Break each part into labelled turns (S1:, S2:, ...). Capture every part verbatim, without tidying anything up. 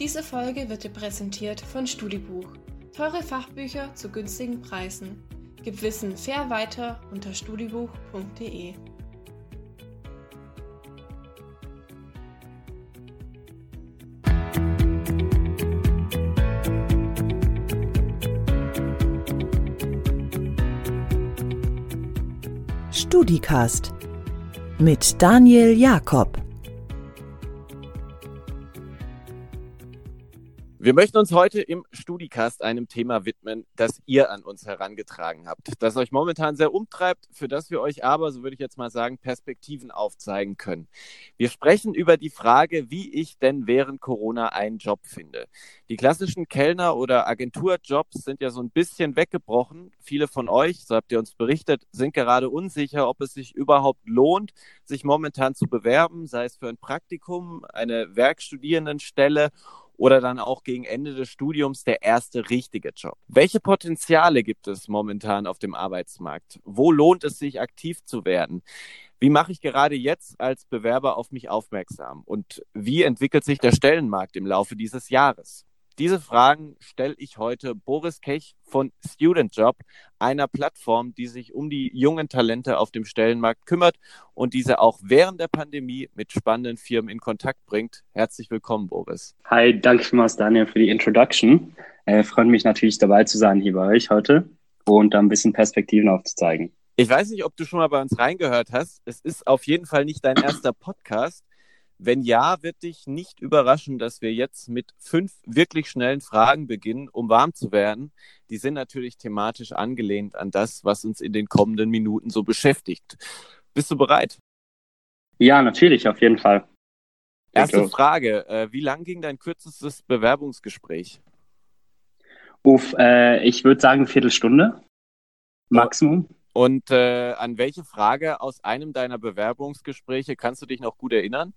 S1: Diese Folge wird dir präsentiert von Studibuch. Teure Fachbücher zu günstigen Preisen. Gib Wissen fair weiter unter studibuch punkt de.
S2: StudiCast mit Daniel Jakob.
S3: Wir möchten uns heute im StudiCast einem Thema widmen, das ihr an uns herangetragen habt, das euch momentan sehr umtreibt, für das wir euch aber, so würde ich jetzt mal sagen, Perspektiven aufzeigen können. Wir sprechen über die Frage, wie ich denn während Corona einen Job finde. Die klassischen Kellner- oder Agenturjobs sind ja so ein bisschen weggebrochen. Viele von euch, so habt ihr uns berichtet, sind gerade unsicher, ob es sich überhaupt lohnt, sich momentan zu bewerben, sei es für ein Praktikum, eine Werkstudierendenstelle oder dann auch gegen Ende des Studiums der erste richtige Job. Welche Potenziale gibt es momentan auf dem Arbeitsmarkt? Wo lohnt es sich, aktiv zu werden? Wie mache ich gerade jetzt als Bewerber auf mich aufmerksam? Und wie entwickelt sich der Stellenmarkt im Laufe dieses Jahres? Diese Fragen stelle ich heute Boris Kech von StudentJob, einer Plattform, die sich um die jungen Talente auf dem Stellenmarkt kümmert und diese auch während der Pandemie mit spannenden Firmen in Kontakt bringt. Herzlich willkommen, Boris.
S4: Hi, danke vielmals, Daniel, für die Introduction. Äh, freut mich natürlich, dabei zu sein hier bei euch heute und da ein bisschen Perspektiven aufzuzeigen.
S3: Ich weiß nicht, ob du schon mal bei uns reingehört hast. Es ist auf jeden Fall nicht dein erster Podcast. Wenn ja, wird dich nicht überraschen, dass wir jetzt mit fünf wirklich schnellen Fragen beginnen, um warm zu werden. Die sind natürlich thematisch angelehnt an das, was uns in den kommenden Minuten so beschäftigt. Bist du bereit?
S4: Ja, natürlich, auf jeden Fall.
S3: Erste Frage, äh, wie lang ging dein kürzestes Bewerbungsgespräch?
S4: Uff, äh, ich würde sagen Viertelstunde, Maximum.
S3: Und äh, an welche Frage aus einem deiner Bewerbungsgespräche kannst du dich noch gut erinnern?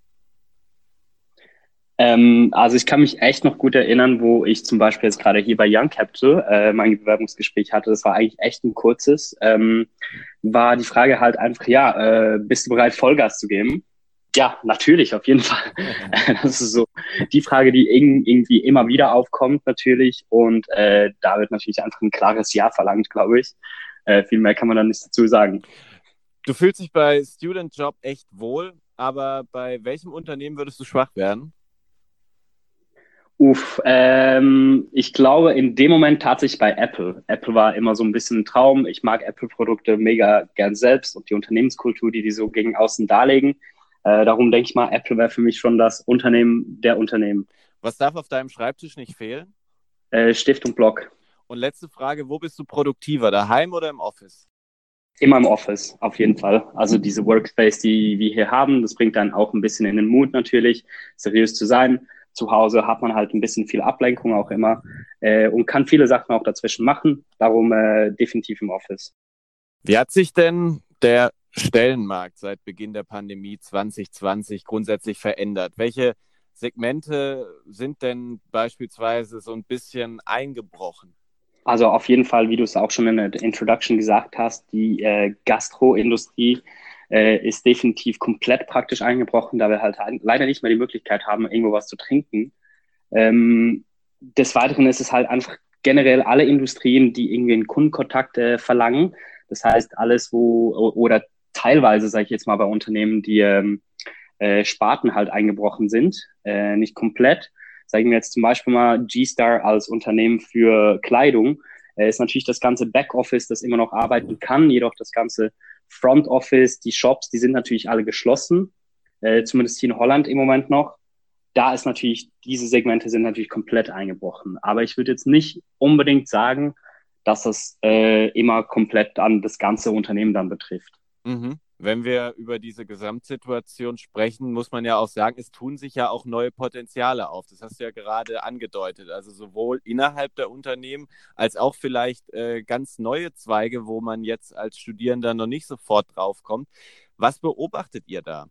S4: Ähm, also ich kann mich echt noch gut erinnern, wo ich zum Beispiel jetzt gerade hier bei Young Capital äh, mein Bewerbungsgespräch hatte. Das war eigentlich echt ein kurzes. Ähm, war die Frage halt einfach, ja, äh, bist du bereit, Vollgas zu geben? Ja, natürlich, auf jeden Fall. Das ist so die Frage, die irgendwie immer wieder aufkommt natürlich. Und äh, da wird natürlich einfach ein klares Ja verlangt, glaube ich. Äh, viel mehr kann man dann nicht dazu sagen.
S3: Du fühlst dich bei StudentJob echt wohl, aber bei welchem Unternehmen würdest du schwach werden?
S4: Uff, ähm, ich glaube in dem Moment tatsächlich bei Apple. Apple war immer so ein bisschen ein Traum. Ich mag Apple-Produkte mega gern selbst und die Unternehmenskultur, die die so gegen außen darlegen. Äh, darum denke ich mal, Apple wäre für mich schon das Unternehmen der Unternehmen.
S3: Was darf auf deinem Schreibtisch nicht fehlen?
S4: Äh, Stift und Block.
S3: Und letzte Frage, wo bist du produktiver, daheim oder im Office?
S4: Immer im Office, auf jeden Fall. Also diese Workspace, die wir hier haben, das bringt dann auch ein bisschen in den Mut natürlich, seriös zu sein. Zu Hause hat man halt ein bisschen viel Ablenkung auch immer äh, und kann viele Sachen auch dazwischen machen. Darum äh, definitiv im Office.
S3: Wie hat sich denn der Stellenmarkt seit Beginn der Pandemie zwanzig zwanzig grundsätzlich verändert? Welche Segmente sind denn beispielsweise so ein bisschen eingebrochen?
S4: Also auf jeden Fall, wie du es auch schon in der Introduction gesagt hast, die äh, Gastroindustrie äh, ist definitiv komplett praktisch eingebrochen, da wir halt leider nicht mehr die Möglichkeit haben, irgendwo was zu trinken. Ähm, des Weiteren ist es halt einfach generell alle Industrien, die irgendwie einen Kundenkontakt äh, verlangen. Das heißt, alles, wo oder teilweise, sage ich jetzt mal, bei Unternehmen, die ähm, äh, Sparten halt eingebrochen sind, äh, nicht komplett. Sagen wir jetzt zum Beispiel mal G-Star als Unternehmen für Kleidung, äh, ist natürlich das ganze Backoffice, das immer noch arbeiten kann, jedoch das ganze Front Office, die Shops, die sind natürlich alle geschlossen, äh, zumindest hier in Holland im Moment noch. Da ist natürlich, diese Segmente sind natürlich komplett eingebrochen. Aber ich würde jetzt nicht unbedingt sagen, dass das äh, immer komplett an das ganze Unternehmen dann betrifft.
S3: Mhm. Wenn wir über diese Gesamtsituation sprechen, muss man ja auch sagen, es tun sich ja auch neue Potenziale auf. Das hast du ja gerade angedeutet. Also sowohl innerhalb der Unternehmen als auch vielleicht äh, ganz neue Zweige, wo man jetzt als Studierender noch nicht sofort draufkommt. Was beobachtet ihr da?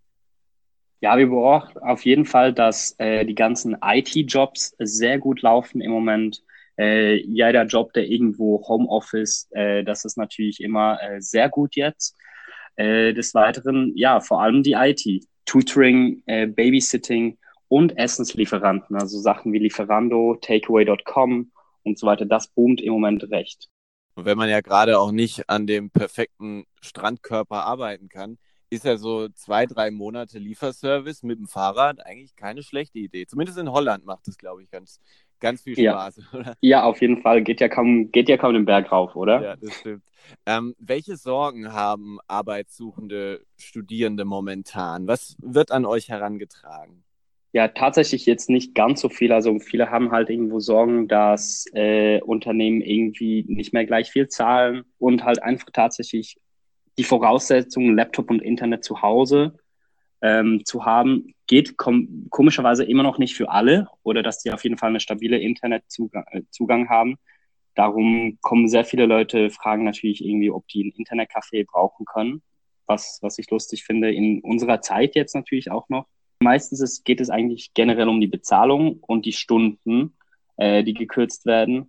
S4: Ja, wir beobachten auf jeden Fall, dass äh, die ganzen I T-Jobs sehr gut laufen im Moment. Äh, jeder Job, der irgendwo Homeoffice, äh, das ist natürlich immer äh, sehr gut jetzt. Äh, des Weiteren, ja, vor allem die I T, Tutoring, äh, Babysitting und Essenslieferanten, also Sachen wie Lieferando, Takeaway Punkt com und so weiter. Das boomt im Moment recht.
S3: Und wenn man ja gerade auch nicht an dem perfekten Strandkörper arbeiten kann, ist ja so zwei, drei Monate Lieferservice mit dem Fahrrad eigentlich keine schlechte Idee. Zumindest in Holland macht es, glaube ich, ganz, ganz viel Spaß,
S4: ja.
S3: oder?
S4: Ja, auf jeden Fall. Geht ja kaum, geht ja kaum den Berg rauf, oder?
S3: Ja, das stimmt. Ähm, welche Sorgen haben arbeitssuchende Studierende momentan? Was wird an euch herangetragen?
S4: Ja, tatsächlich jetzt nicht ganz so viel. Also viele haben halt irgendwo Sorgen, dass äh, Unternehmen irgendwie nicht mehr gleich viel zahlen und halt einfach tatsächlich die Voraussetzungen, Laptop und Internet zu Hause ähm, zu haben, geht kom- komischerweise immer noch nicht für alle oder dass die auf jeden Fall eine stabile Internetzugang äh, Zugang haben. Darum kommen sehr viele Leute, fragen natürlich irgendwie, ob die ein Internetcafé brauchen können, was, was ich lustig finde, in unserer Zeit jetzt natürlich auch noch. Meistens ist, geht es eigentlich generell um die Bezahlung und die Stunden, äh, die gekürzt werden.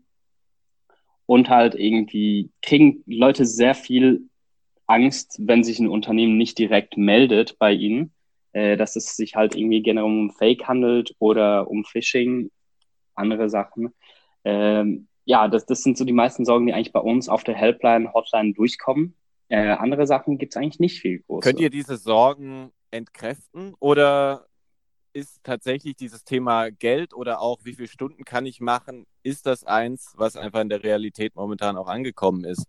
S4: Und halt irgendwie kriegen Leute sehr viel Angst, wenn sich ein Unternehmen nicht direkt meldet bei ihnen, äh, dass es sich halt irgendwie generell um Fake handelt oder um Phishing, andere Sachen. Ähm, ja, das, das sind so die meisten Sorgen, die eigentlich bei uns auf der Helpline, Hotline durchkommen. Äh, andere Sachen gibt es eigentlich nicht viel große.
S3: Könnt ihr diese Sorgen entkräften oder ist tatsächlich dieses Thema Geld oder auch wie viele Stunden kann ich machen, ist das eins, was einfach in der Realität momentan auch angekommen ist?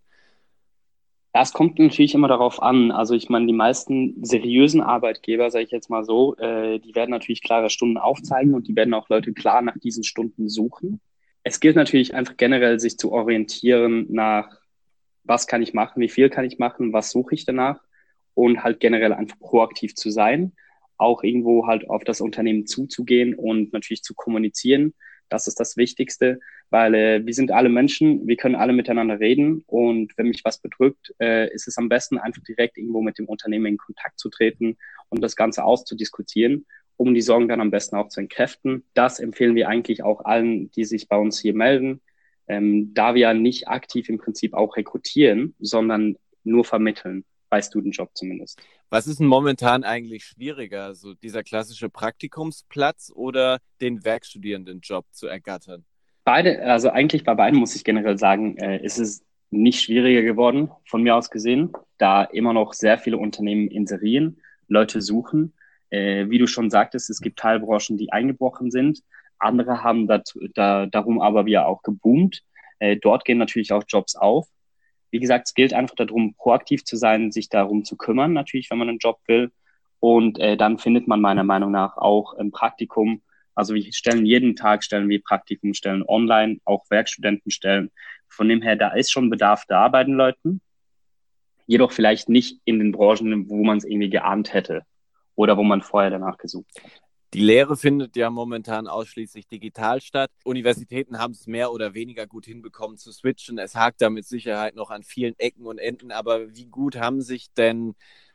S4: Das kommt natürlich immer darauf an. Also ich meine, die meisten seriösen Arbeitgeber, sage ich jetzt mal so, äh, die werden natürlich klare Stunden aufzeigen und die werden auch Leute klar nach diesen Stunden suchen. Es gilt natürlich einfach generell, sich zu orientieren nach, was kann ich machen, wie viel kann ich machen, was suche ich danach und halt generell einfach proaktiv zu sein, auch irgendwo halt auf das Unternehmen zuzugehen und natürlich zu kommunizieren. Das ist das Wichtigste, weil äh, wir sind alle Menschen, wir können alle miteinander reden und wenn mich was bedrückt, äh, ist es am besten einfach direkt irgendwo mit dem Unternehmen in Kontakt zu treten und das Ganze auszudiskutieren, um die Sorgen dann am besten auch zu entkräften. Das empfehlen wir eigentlich auch allen, die sich bei uns hier melden, ähm, da wir ja nicht aktiv im Prinzip auch rekrutieren, sondern nur vermitteln, bei Studenjob zumindest.
S3: Was ist denn momentan eigentlich schwieriger, so dieser klassische Praktikumsplatz oder den Werkstudierendenjob zu ergattern?
S4: Beide, also eigentlich bei beiden muss ich generell sagen, äh, ist es nicht schwieriger geworden, von mir aus gesehen, da immer noch sehr viele Unternehmen inserieren, Leute suchen. Äh, wie du schon sagtest, es gibt Teilbranchen, die eingebrochen sind. Andere haben dazu, da, darum aber wieder auch geboomt. Äh, dort gehen natürlich auch Jobs auf. Wie gesagt, es gilt einfach darum, proaktiv zu sein, sich darum zu kümmern, natürlich, wenn man einen Job will. Und äh, dann findet man meiner Meinung nach auch ein Praktikum. Also wir stellen jeden Tag, stellen wir Praktikumstellen online, auch Werkstudentenstellen. Von dem her, da ist schon Bedarf da bei den Leuten. Jedoch vielleicht nicht in den Branchen, wo man es irgendwie geahnt hätte oder wo man vorher danach gesucht hat.
S3: Die Lehre findet ja momentan ausschließlich digital statt. Universitäten haben es mehr oder weniger gut hinbekommen zu switchen. Es hakt da mit Sicherheit noch an vielen Ecken und Enden. Aber wie gut haben sich denn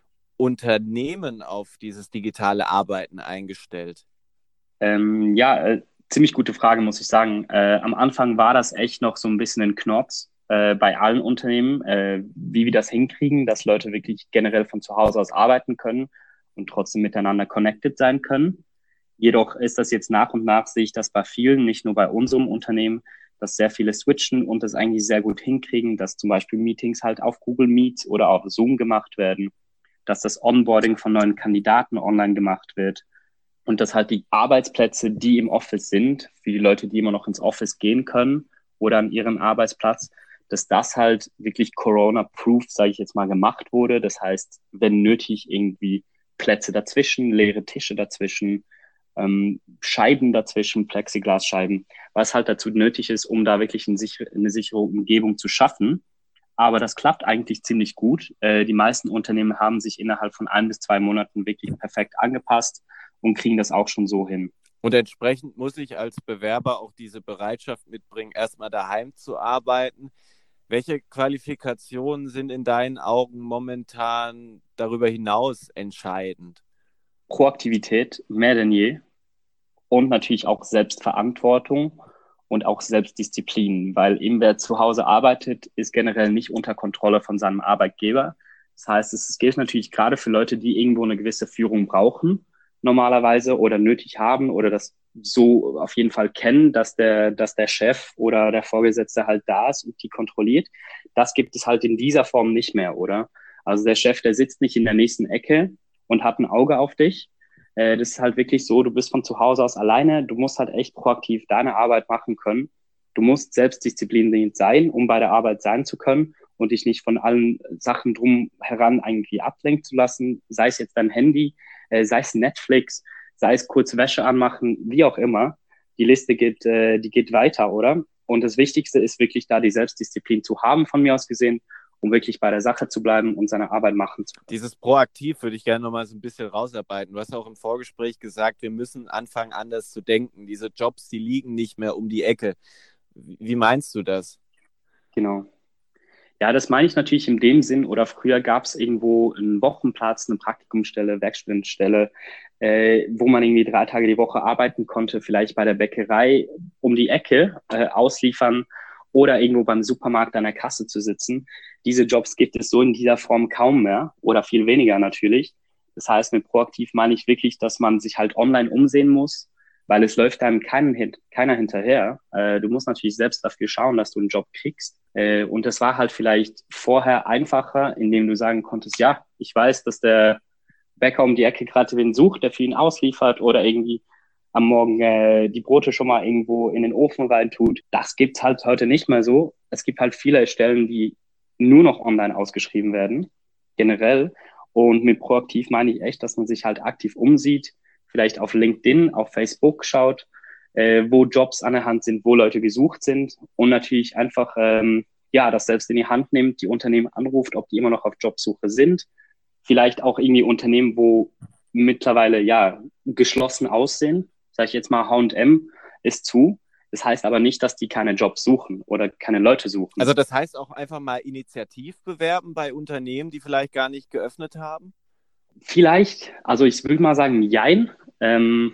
S3: Unternehmen auf dieses digitale Arbeiten eingestellt?
S4: Ähm, ja, äh, ziemlich gute Frage, muss ich sagen. Äh, am Anfang war das echt noch so ein bisschen ein Knurz äh, bei allen Unternehmen, äh, wie wir das hinkriegen, dass Leute wirklich generell von zu Hause aus arbeiten können und trotzdem miteinander connected sein können. Jedoch ist das jetzt nach und nach, sehe ich das bei vielen, nicht nur bei unserem Unternehmen, dass sehr viele switchen und das eigentlich sehr gut hinkriegen, dass zum Beispiel Meetings halt auf Google Meet oder auf Zoom gemacht werden, dass das Onboarding von neuen Kandidaten online gemacht wird und dass halt die Arbeitsplätze, die im Office sind, für die Leute, die immer noch ins Office gehen können oder an ihren Arbeitsplatz, dass das halt wirklich Corona-proof, sage ich jetzt mal, gemacht wurde. Das heißt, wenn nötig, irgendwie Plätze dazwischen, leere Tische dazwischen, Ähm, Scheiben dazwischen, Plexiglasscheiben, was halt dazu nötig ist, um da wirklich ein sicher, eine sichere Umgebung zu schaffen. Aber das klappt eigentlich ziemlich gut. Äh, die meisten Unternehmen haben sich innerhalb von ein bis zwei Monaten wirklich perfekt angepasst und kriegen das auch schon so hin.
S3: Und entsprechend muss ich als Bewerber auch diese Bereitschaft mitbringen, erstmal daheim zu arbeiten. Welche Qualifikationen sind in deinen Augen momentan darüber hinaus entscheidend?
S4: Proaktivität mehr denn je und natürlich auch Selbstverantwortung und auch Selbstdisziplin, weil eben wer zu Hause arbeitet, ist generell nicht unter Kontrolle von seinem Arbeitgeber. Das heißt, es gilt natürlich gerade für Leute, die irgendwo eine gewisse Führung brauchen, normalerweise oder nötig haben oder das so auf jeden Fall kennen, dass der, dass der Chef oder der Vorgesetzte halt da ist und die kontrolliert. Das gibt es halt in dieser Form nicht mehr, oder? Also der Chef, der sitzt nicht in der nächsten Ecke und hat ein Auge auf dich. Äh, das ist halt wirklich so, du bist von zu Hause aus alleine, du musst halt echt proaktiv deine Arbeit machen können. Du musst selbstdiszipliniert sein, um bei der Arbeit sein zu können und dich nicht von allen Sachen drum heran irgendwie ablenken zu lassen, sei es jetzt dein Handy, äh, sei es Netflix, sei es kurz Wäsche anmachen, wie auch immer. Die Liste geht, äh, die geht weiter, oder? Und das Wichtigste ist wirklich da die Selbstdisziplin zu haben, von mir aus gesehen, um wirklich bei der Sache zu bleiben und seine Arbeit machen zu können.
S3: Dieses Proaktiv würde ich gerne noch mal so ein bisschen rausarbeiten. Du hast auch im Vorgespräch gesagt, wir müssen anfangen, anders zu denken. Diese Jobs, die liegen nicht mehr um die Ecke. Wie meinst du das?
S4: Genau. Ja, das meine ich natürlich in dem Sinn, oder früher gab es irgendwo einen Wochenplatz, eine Praktikumsstelle, Werkstudentenstelle, äh, wo man irgendwie drei Tage die Woche arbeiten konnte, vielleicht bei der Bäckerei um die Ecke äh, ausliefern oder irgendwo beim Supermarkt an der Kasse zu sitzen. Diese Jobs gibt es so in dieser Form kaum mehr oder viel weniger natürlich. Das heißt, mit proaktiv meine ich wirklich, dass man sich halt online umsehen muss, weil es läuft einem keinen, keiner hinterher. Äh, du musst natürlich selbst dafür schauen, dass du einen Job kriegst. Äh, und das war halt vielleicht vorher einfacher, indem du sagen konntest, ja, ich weiß, dass der Bäcker um die Ecke gerade wen sucht, der für ihn ausliefert oder irgendwie am Morgen äh, die Brote schon mal irgendwo in den Ofen reintut. Das gibt's halt heute nicht mehr so. Es gibt halt viele Stellen, die nur noch online ausgeschrieben werden, generell. Und mit proaktiv meine ich echt, dass man sich halt aktiv umsieht, vielleicht auf LinkedIn, auf Facebook schaut, äh, wo Jobs an der Hand sind, wo Leute gesucht sind und natürlich einfach ähm, ja das selbst in die Hand nimmt, die Unternehmen anruft, ob die immer noch auf Jobsuche sind. Vielleicht auch irgendwie Unternehmen, wo mittlerweile ja geschlossen aussehen. Sag ich jetzt mal, H und M ist zu. Das heißt aber nicht, dass die keine Jobs suchen oder keine Leute suchen.
S3: Also das heißt auch einfach mal initiativ bewerben bei Unternehmen, die vielleicht gar nicht geöffnet haben?
S4: Vielleicht, also ich würde mal sagen, jein. Ähm,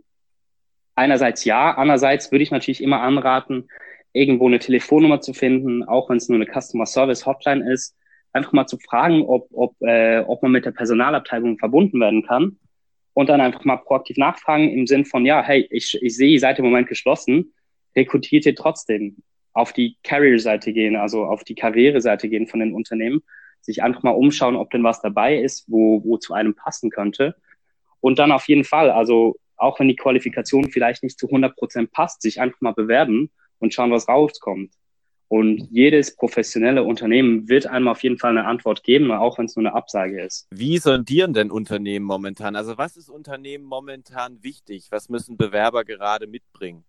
S4: einerseits ja, andererseits würde ich natürlich immer anraten, irgendwo eine Telefonnummer zu finden, auch wenn es nur eine Customer Service Hotline ist, einfach mal zu fragen, ob, ob, äh, ob man mit der Personalabteilung verbunden werden kann und dann einfach mal proaktiv nachfragen im Sinn von, ja, hey, ich, ich sehe, ihr seid im Moment geschlossen, rekrutiert ihr trotzdem, auf die Career-Seite gehen, also auf die Karriereseite gehen von den Unternehmen, sich einfach mal umschauen, ob denn was dabei ist, wo, wo zu einem passen könnte. Und dann auf jeden Fall, also auch wenn die Qualifikation vielleicht nicht zu hundert Prozent passt, sich einfach mal bewerben und schauen, was rauskommt. Und jedes professionelle Unternehmen wird einem auf jeden Fall eine Antwort geben, auch wenn es nur eine Absage ist.
S3: Wie sondieren denn Unternehmen momentan? Also was ist Unternehmen momentan wichtig? Was müssen Bewerber gerade mitbringen?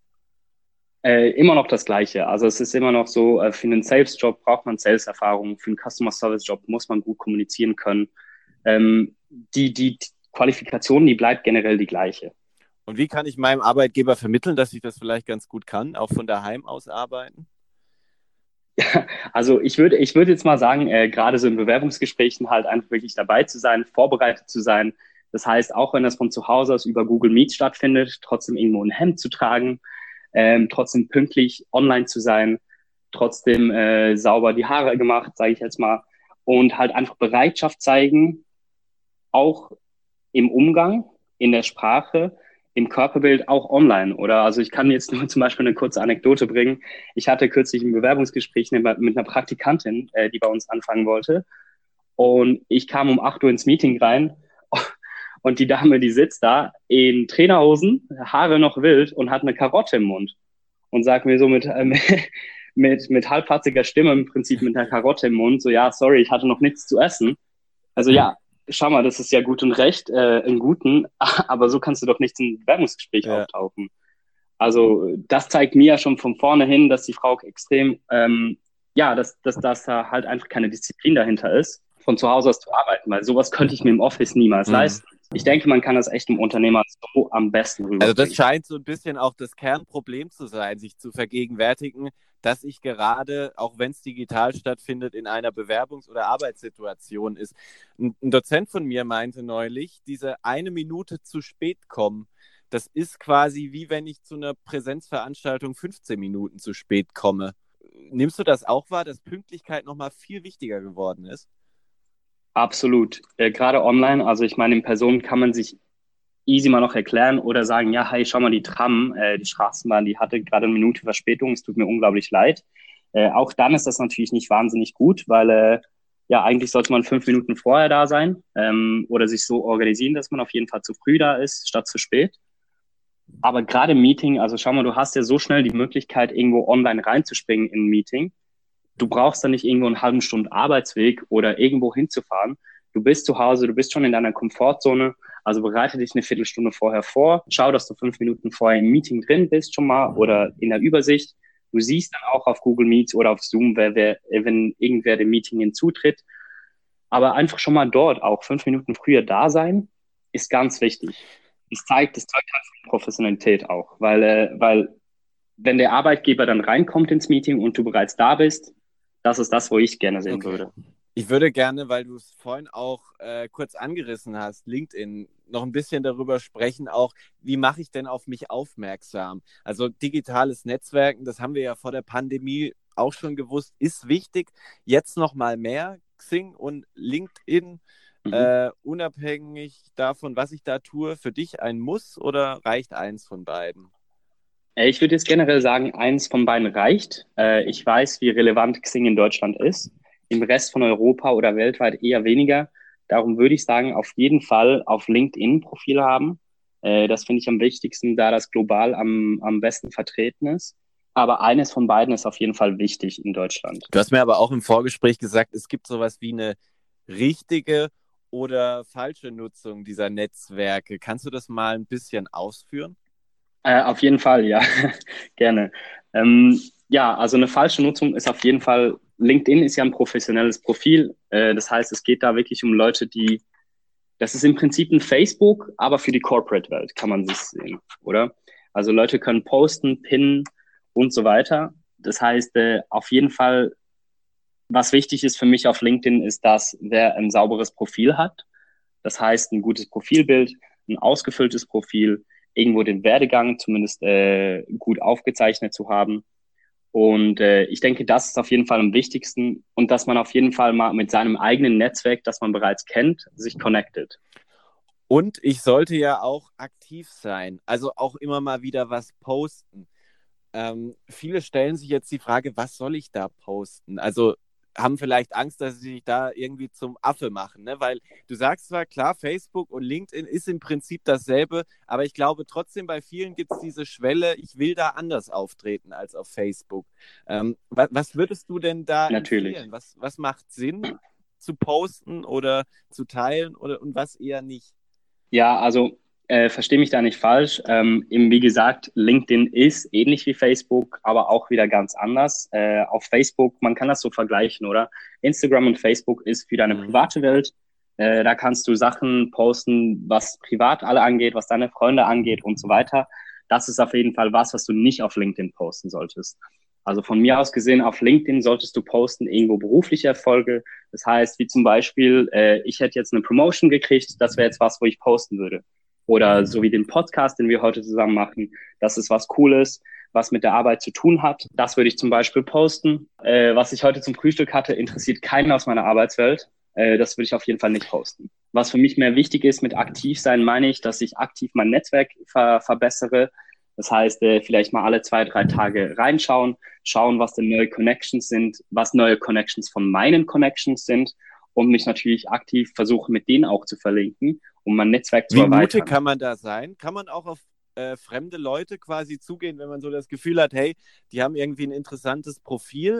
S4: Äh, immer noch das Gleiche. Also es ist immer noch so, äh, für einen Sales-Job braucht man Sales-Erfahrung, für einen Customer-Service-Job muss man gut kommunizieren können. Ähm, die, die Qualifikation, die bleibt generell die gleiche.
S3: Und wie kann ich meinem Arbeitgeber vermitteln, dass ich das vielleicht ganz gut kann, auch von daheim aus arbeiten?
S4: Ja, also ich würde, ich würde jetzt mal sagen, äh, gerade so in Bewerbungsgesprächen halt einfach wirklich dabei zu sein, vorbereitet zu sein. Das heißt, auch wenn das von zu Hause aus über Google Meet stattfindet, trotzdem irgendwo ein Hemd zu tragen, ähm, trotzdem pünktlich online zu sein, trotzdem äh, sauber die Haare gemacht, sage ich jetzt mal, und halt einfach Bereitschaft zeigen, auch im Umgang, in der Sprache, im Körperbild, auch online. Oder also ich kann jetzt nur zum Beispiel eine kurze Anekdote bringen. Ich hatte kürzlich ein Bewerbungsgespräch mit einer Praktikantin, äh, die bei uns anfangen wollte. Und ich kam um acht Uhr ins Meeting rein und die Dame, die sitzt da in Trainerhosen, Haare noch wild und hat eine Karotte im Mund. Und sagt mir so mit, äh, mit, mit halbpatziger Stimme, im Prinzip mit einer Karotte im Mund, so ja, sorry, ich hatte noch nichts zu essen. Also ja, schau mal, das ist ja gut und recht, äh, im Guten, aber so kannst du doch nicht zum Bewerbungsgespräch ja. auftauchen. Also das zeigt mir ja schon von vorne hin, dass die Frau extrem, ähm, ja, dass, dass, dass da halt einfach keine Disziplin dahinter ist, von zu Hause aus zu arbeiten, weil sowas könnte ich mir im Office niemals mhm. leisten. Ich denke, man kann das echt im Unternehmer so am besten rüberbringen.
S3: Also das scheint so ein bisschen auch das Kernproblem zu sein, sich zu vergegenwärtigen, dass ich gerade, auch wenn es digital stattfindet, in einer Bewerbungs- oder Arbeitssituation ist. Ein, ein Dozent von mir meinte neulich, diese eine Minute zu spät kommen, das ist quasi wie wenn ich zu einer Präsenzveranstaltung fünfzehn Minuten zu spät komme. Nimmst du das auch wahr, dass Pünktlichkeit nochmal viel wichtiger geworden ist?
S4: Absolut. Äh, gerade online, also ich meine, in Person kann man sich easy mal noch erklären oder sagen, ja, hey, schau mal, die Tram, äh, die Straßenbahn, die hatte gerade eine Minute Verspätung, es tut mir unglaublich leid. Äh, auch dann ist das natürlich nicht wahnsinnig gut, weil äh, ja, eigentlich sollte man fünf Minuten vorher da sein ähm, oder sich so organisieren, dass man auf jeden Fall zu früh da ist, statt zu spät. Aber gerade im Meeting, also schau mal, du hast ja so schnell die Möglichkeit, irgendwo online reinzuspringen in ein Meeting. Du brauchst dann nicht irgendwo einen halben Stunden Arbeitsweg oder irgendwo hinzufahren. Du bist zu Hause, du bist schon in deiner Komfortzone. Also bereite dich eine Viertelstunde vorher vor. Schau, dass du fünf Minuten vorher im Meeting drin bist schon mal oder in der Übersicht. Du siehst dann auch auf Google Meets oder auf Zoom, wer, wer, wenn irgendwer dem Meeting hinzutritt. Aber einfach schon mal dort auch fünf Minuten früher da sein, ist ganz wichtig. Das zeigt, das zeigt halt Professionalität auch, weil, äh, weil wenn der Arbeitgeber dann reinkommt ins Meeting und du bereits da bist, das ist das, wo ich gerne sehen
S3: Okay.
S4: würde.
S3: Ich würde gerne, weil du es vorhin auch äh, kurz angerissen hast, LinkedIn, noch ein bisschen darüber sprechen, auch wie mache ich denn auf mich aufmerksam? Also digitales Netzwerken, das haben wir ja vor der Pandemie auch schon gewusst, ist wichtig. Jetzt noch mal mehr, Xing und LinkedIn, mhm. äh, unabhängig davon, was ich da tue, für dich ein Muss oder reicht eins von beiden?
S4: Ich würde jetzt generell sagen, eins von beiden reicht. Ich weiß, wie relevant Xing in Deutschland ist. Im Rest von Europa oder weltweit eher weniger. Darum würde ich sagen, auf jeden Fall auf LinkedIn Profil haben. Das finde ich am wichtigsten, da das global am, am besten vertreten ist. Aber eines von beiden ist auf jeden Fall wichtig in Deutschland.
S3: Du hast mir aber auch im Vorgespräch gesagt, es gibt sowas wie eine richtige oder falsche Nutzung dieser Netzwerke. Kannst du das mal ein bisschen ausführen?
S4: Äh, auf jeden Fall, ja, gerne. Ähm, ja, also eine falsche Nutzung ist auf jeden Fall, LinkedIn ist ja ein professionelles Profil. Äh, das heißt, es geht da wirklich um Leute, die, das ist im Prinzip ein Facebook, aber für die Corporate-Welt kann man sich sehen, oder? Also Leute können posten, pinnen und so weiter. Das heißt, äh, auf jeden Fall, was wichtig ist für mich auf LinkedIn, ist, dass wer ein sauberes Profil hat. Das heißt, ein gutes Profilbild, ein ausgefülltes Profil, irgendwo den Werdegang zumindest äh, gut aufgezeichnet zu haben. Und äh, ich denke, das ist auf jeden Fall am wichtigsten und dass man auf jeden Fall mal mit seinem eigenen Netzwerk, das man bereits kennt, sich connectet.
S3: Und ich sollte ja auch aktiv sein, also auch immer mal wieder was posten. Ähm, viele stellen sich jetzt die Frage, was soll ich da posten? Also haben vielleicht Angst, dass sie sich da irgendwie zum Affe machen, ne? Weil du sagst zwar, klar, Facebook und LinkedIn ist im Prinzip dasselbe, aber ich glaube trotzdem, bei vielen gibt es diese Schwelle, ich will da anders auftreten als auf Facebook. Ähm, was, was würdest du denn da
S4: Natürlich
S3: empfehlen? Was, was macht Sinn zu posten oder zu teilen oder und was eher nicht?
S4: Ja, also äh, verstehe mich da nicht falsch. Ähm, eben wie gesagt, LinkedIn ist ähnlich wie Facebook, aber auch wieder ganz anders. Äh, auf Facebook, man kann das so vergleichen, oder? Instagram und Facebook ist für deine
S3: Mhm.
S4: private Welt. Äh, da kannst du Sachen posten, was privat alle angeht, was deine Freunde angeht und so weiter. Das ist auf jeden Fall was, was du nicht auf LinkedIn posten solltest. Also von mir aus gesehen, auf LinkedIn solltest du posten irgendwo berufliche Erfolge. Das heißt, wie zum Beispiel, äh, ich hätte jetzt eine Promotion gekriegt, das wäre jetzt was, wo ich posten würde. Oder so wie den Podcast, den wir heute zusammen machen, das ist was Cooles, was mit der Arbeit zu tun hat. Das würde ich zum Beispiel posten. Äh, was ich heute zum Frühstück hatte, interessiert keinen aus meiner Arbeitswelt. Äh, das würde ich auf jeden Fall nicht posten. Was für mich mehr wichtig ist mit aktiv sein, meine ich, dass ich aktiv mein Netzwerk ver- verbessere. Das heißt, äh, vielleicht mal alle zwei, drei Tage reinschauen, schauen, was denn neue Connections sind, was neue Connections von meinen Connections sind und mich natürlich aktiv versuchen, mit denen auch zu verlinken, um mein Netzwerk zu
S3: Wie
S4: erweitern.
S3: mutig kann man da sein? Kann man auch auf äh, fremde Leute quasi zugehen, wenn man so das Gefühl hat, hey, die haben irgendwie ein interessantes Profil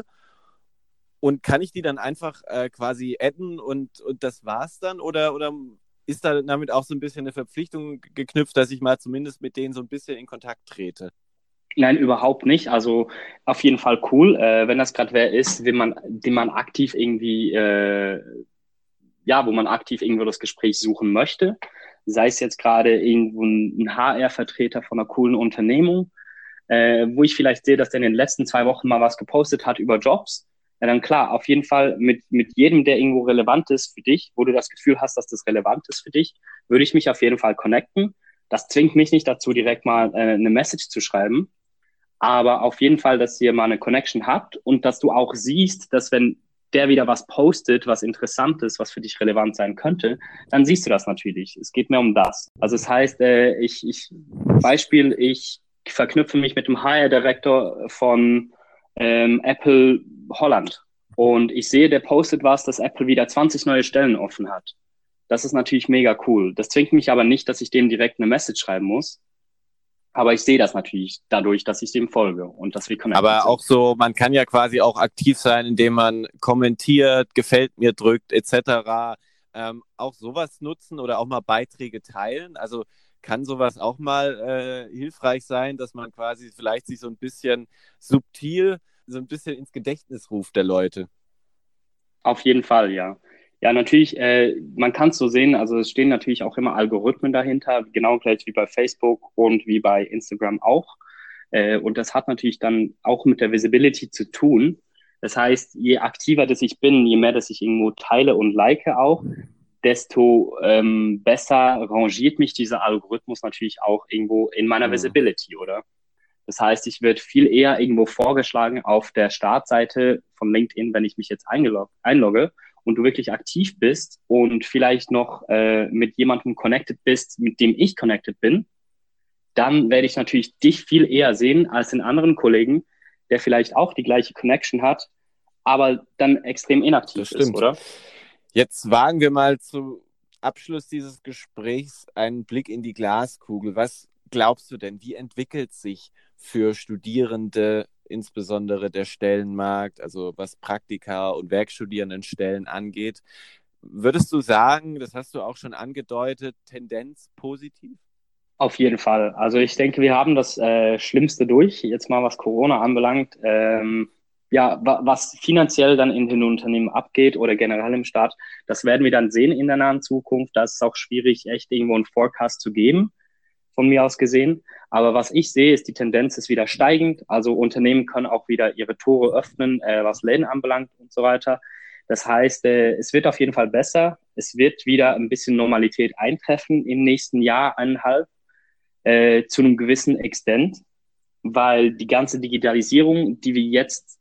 S3: und kann ich die dann einfach äh, quasi adden und, und das war's dann? Oder, oder ist da damit auch so ein bisschen eine Verpflichtung geknüpft, dass ich mal zumindest mit denen so ein bisschen in Kontakt trete?
S4: Nein, überhaupt nicht. Also auf jeden Fall cool, äh, wenn das gerade wer ist, den man, den man aktiv irgendwie, äh, ja, wo man aktiv irgendwo das Gespräch suchen möchte. Sei es jetzt gerade irgendwo ein H R-Vertreter von einer coolen Unternehmung, äh, wo ich vielleicht sehe, dass der in den letzten zwei Wochen mal was gepostet hat über Jobs. Ja, dann klar, auf jeden Fall mit, mit jedem, der irgendwo relevant ist für dich, wo du das Gefühl hast, dass das relevant ist für dich, würde ich mich auf jeden Fall connecten. Das zwingt mich nicht dazu, direkt mal äh, eine Message zu schreiben. Aber auf jeden Fall, dass ihr mal eine Connection habt und dass du auch siehst, dass wenn der wieder was postet, was Interessantes, was für dich relevant sein könnte, dann siehst du das natürlich. Es geht mir um das. Also es heißt, äh, ich, ich, Beispiel, ich verknüpfe mich mit dem H R-Director von ähm, Apple Holland und ich sehe, der postet was, dass Apple wieder zwanzig neue Stellen offen hat. Das ist natürlich mega cool. Das zwingt mich aber nicht, dass ich dem direkt eine Message schreiben muss. Aber ich sehe das natürlich dadurch, dass ich dem folge und dass wir connected
S3: Aber
S4: sind.
S3: auch so, man kann ja quasi auch aktiv sein, indem man kommentiert, gefällt mir drückt, et cetera. Ähm, auch sowas nutzen oder auch mal Beiträge teilen. Also kann sowas auch mal äh, hilfreich sein, dass man quasi vielleicht sich so ein bisschen subtil, so ein bisschen ins Gedächtnis ruft der Leute.
S4: Auf jeden Fall, ja. Ja, natürlich, äh, man kann es so sehen, also es stehen natürlich auch immer Algorithmen dahinter, genau gleich wie bei Facebook und wie bei Instagram auch. Äh, und das hat natürlich dann auch mit der Visibility zu tun. Das heißt, je aktiver das ich bin, je mehr das ich irgendwo teile und like auch, desto ähm, besser rangiert mich dieser Algorithmus natürlich auch irgendwo in meiner
S3: Mhm.
S4: Visibility, oder? Das heißt, ich werde viel eher irgendwo vorgeschlagen auf der Startseite von LinkedIn, wenn ich mich jetzt eingelog- einlogge und du wirklich aktiv bist und vielleicht noch äh, mit jemandem connected bist, mit dem ich connected bin, dann werde ich natürlich dich viel eher sehen als den anderen Kollegen, der vielleicht auch die gleiche Connection hat, aber dann extrem inaktiv
S3: Das stimmt.
S4: ist, oder?
S3: Jetzt wagen wir mal zum Abschluss dieses Gesprächs einen Blick in die Glaskugel. Was glaubst du denn, wie entwickelt sich für Studierende insbesondere der Stellenmarkt, also was Praktika und Werkstudierendenstellen angeht? Würdest du sagen, das hast du auch schon angedeutet, Tendenz positiv?
S4: Auf jeden Fall. Also ich denke, wir haben das äh, Schlimmste durch, jetzt mal was Corona anbelangt. Ähm, ja, wa- was finanziell dann in den Unternehmen abgeht oder generell im Staat, das werden wir dann sehen in der nahen Zukunft. Da ist es auch schwierig, echt irgendwo einen Forecast zu geben, von mir aus gesehen. Aber was ich sehe, ist, die Tendenz ist wieder steigend. Also Unternehmen können auch wieder ihre Tore öffnen, äh, was Läden anbelangt und so weiter. Das heißt, äh, es wird auf jeden Fall besser. Es wird wieder ein bisschen Normalität eintreffen im nächsten Jahr, eineinhalb, äh, zu einem gewissen Extent, weil die ganze Digitalisierung, die wir jetzt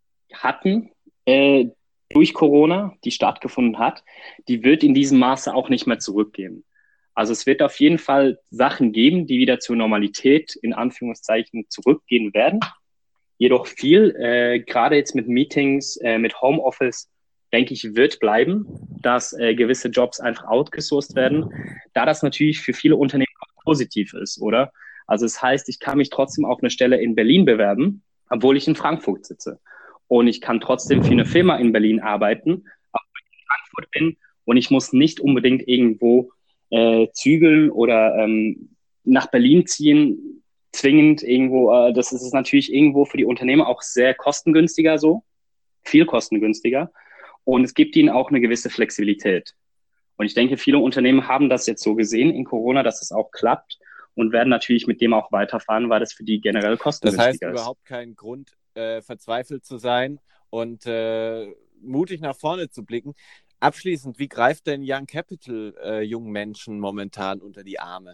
S4: hatten, äh, durch Corona, die stattgefunden hat, die wird in diesem Maße auch nicht mehr zurückgehen. Also es wird auf jeden Fall Sachen geben, die wieder zur Normalität in Anführungszeichen zurückgehen werden. Jedoch viel, äh, gerade jetzt mit Meetings, äh, mit Homeoffice, denke ich, wird bleiben, dass äh, gewisse Jobs einfach outgesourced werden, da das natürlich für viele Unternehmen auch positiv ist, oder? Also es heißt, ich kann mich trotzdem auf eine Stelle in Berlin bewerben, obwohl ich in Frankfurt sitze. Und ich kann trotzdem für eine Firma in Berlin arbeiten, obwohl ich in Frankfurt bin und ich muss nicht unbedingt irgendwo äh, zügeln oder ähm, nach Berlin ziehen, zwingend irgendwo. Äh, das ist natürlich irgendwo für die Unternehmer auch sehr kostengünstiger so, viel kostengünstiger. Und es gibt ihnen auch eine gewisse Flexibilität. Und ich denke, viele Unternehmen haben das jetzt so gesehen in Corona, dass es auch klappt und werden natürlich mit dem auch weiterfahren, weil das für die generell
S3: Das
S4: kostengünstiger
S3: heißt,
S4: ist.
S3: überhaupt kein Grund, äh, verzweifelt zu sein und äh, mutig nach vorne zu blicken. Abschließend, wie greift denn Young Capital äh, jungen Menschen momentan unter die Arme?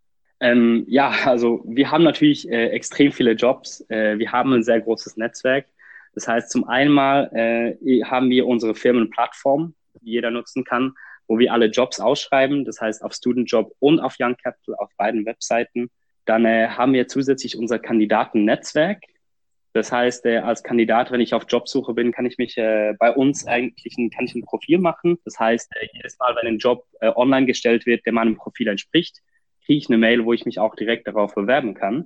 S4: Ähm, ja, also wir haben natürlich äh, extrem viele Jobs. Äh, wir haben ein sehr großes Netzwerk. Das heißt, zum einen mal äh, haben wir unsere Firmenplattform, die jeder nutzen kann, wo wir alle Jobs ausschreiben. Das heißt, auf Student Job und auf Young Capital, auf beiden Webseiten. Dann äh, haben wir zusätzlich unser Kandidatennetzwerk. Das heißt, äh, als Kandidat, wenn ich auf Jobsuche bin, kann ich mich äh, bei uns eigentlich ein, kann ich ein Profil machen. Das heißt, äh, jedes Mal, wenn ein Job äh, online gestellt wird, der meinem Profil entspricht, kriege ich eine Mail, wo ich mich auch direkt darauf bewerben kann.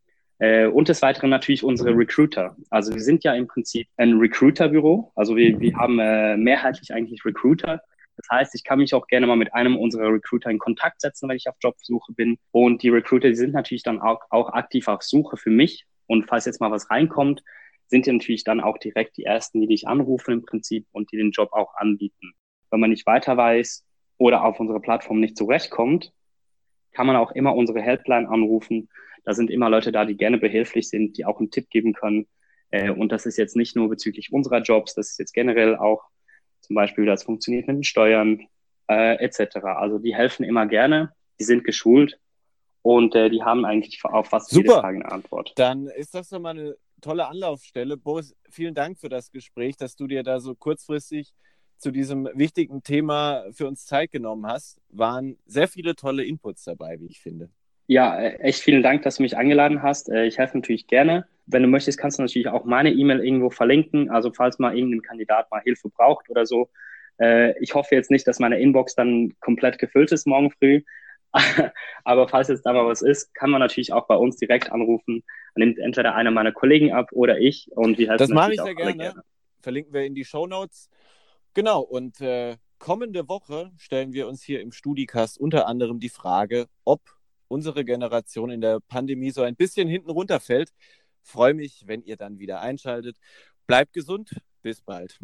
S4: Äh, und des Weiteren natürlich unsere Recruiter. Also wir sind ja im Prinzip ein Recruiter-Büro. Also wir, wir haben äh, mehrheitlich eigentlich Recruiter. Das heißt, ich kann mich auch gerne mal mit einem unserer Recruiter in Kontakt setzen, wenn ich auf Jobsuche bin. Und die Recruiter, die sind natürlich dann auch, auch aktiv auf Suche für mich. Und falls jetzt mal was reinkommt, sind die natürlich dann auch direkt die Ersten, die dich anrufen im Prinzip und die den Job auch anbieten. Wenn man nicht weiter weiß oder auf unserer Plattform nicht zurechtkommt, kann man auch immer unsere Helpline anrufen. Da sind immer Leute da, die gerne behilflich sind, die auch einen Tipp geben können. Äh, und das ist jetzt nicht nur bezüglich unserer Jobs, das ist jetzt generell auch zum Beispiel, wie das funktioniert mit den Steuern äh, et cetera. Also die helfen immer gerne, die sind geschult und äh, die haben eigentlich auf fast jede
S3: Super.
S4: Frage eine Antwort.
S3: Dann ist das doch mal eine tolle Anlaufstelle. Boris, vielen Dank für das Gespräch, dass du dir da so kurzfristig zu diesem wichtigen Thema für uns Zeit genommen hast. Waren sehr viele tolle Inputs dabei, wie ich finde.
S4: Ja, echt vielen Dank, dass du mich eingeladen hast. Ich helfe natürlich gerne. Wenn du möchtest, kannst du natürlich auch meine E-Mail irgendwo verlinken. Also falls mal irgendein Kandidat mal Hilfe braucht oder so. Ich hoffe jetzt nicht, dass meine Inbox dann komplett gefüllt ist morgen früh. Aber falls jetzt da mal was ist, kann man natürlich auch bei uns direkt anrufen. Dann nimmt entweder einer meiner Kollegen ab oder ich. Und wir helfen
S3: das mache ich
S4: auch
S3: sehr gerne. gerne. Verlinken wir in die Shownotes. Genau, und äh, kommende Woche stellen wir uns hier im StudiCast unter anderem die Frage, ob unsere Generation in der Pandemie so ein bisschen hinten runterfällt. Freue mich, wenn ihr dann wieder einschaltet. Bleibt gesund, bis bald.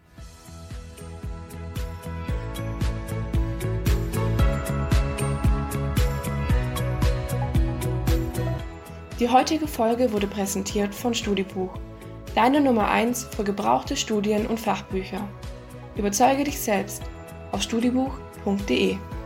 S1: Die heutige Folge wurde präsentiert von StudiBuch, deine Nummer eins für gebrauchte Studien- und Fachbücher. Überzeuge dich selbst auf studibuch punkt de.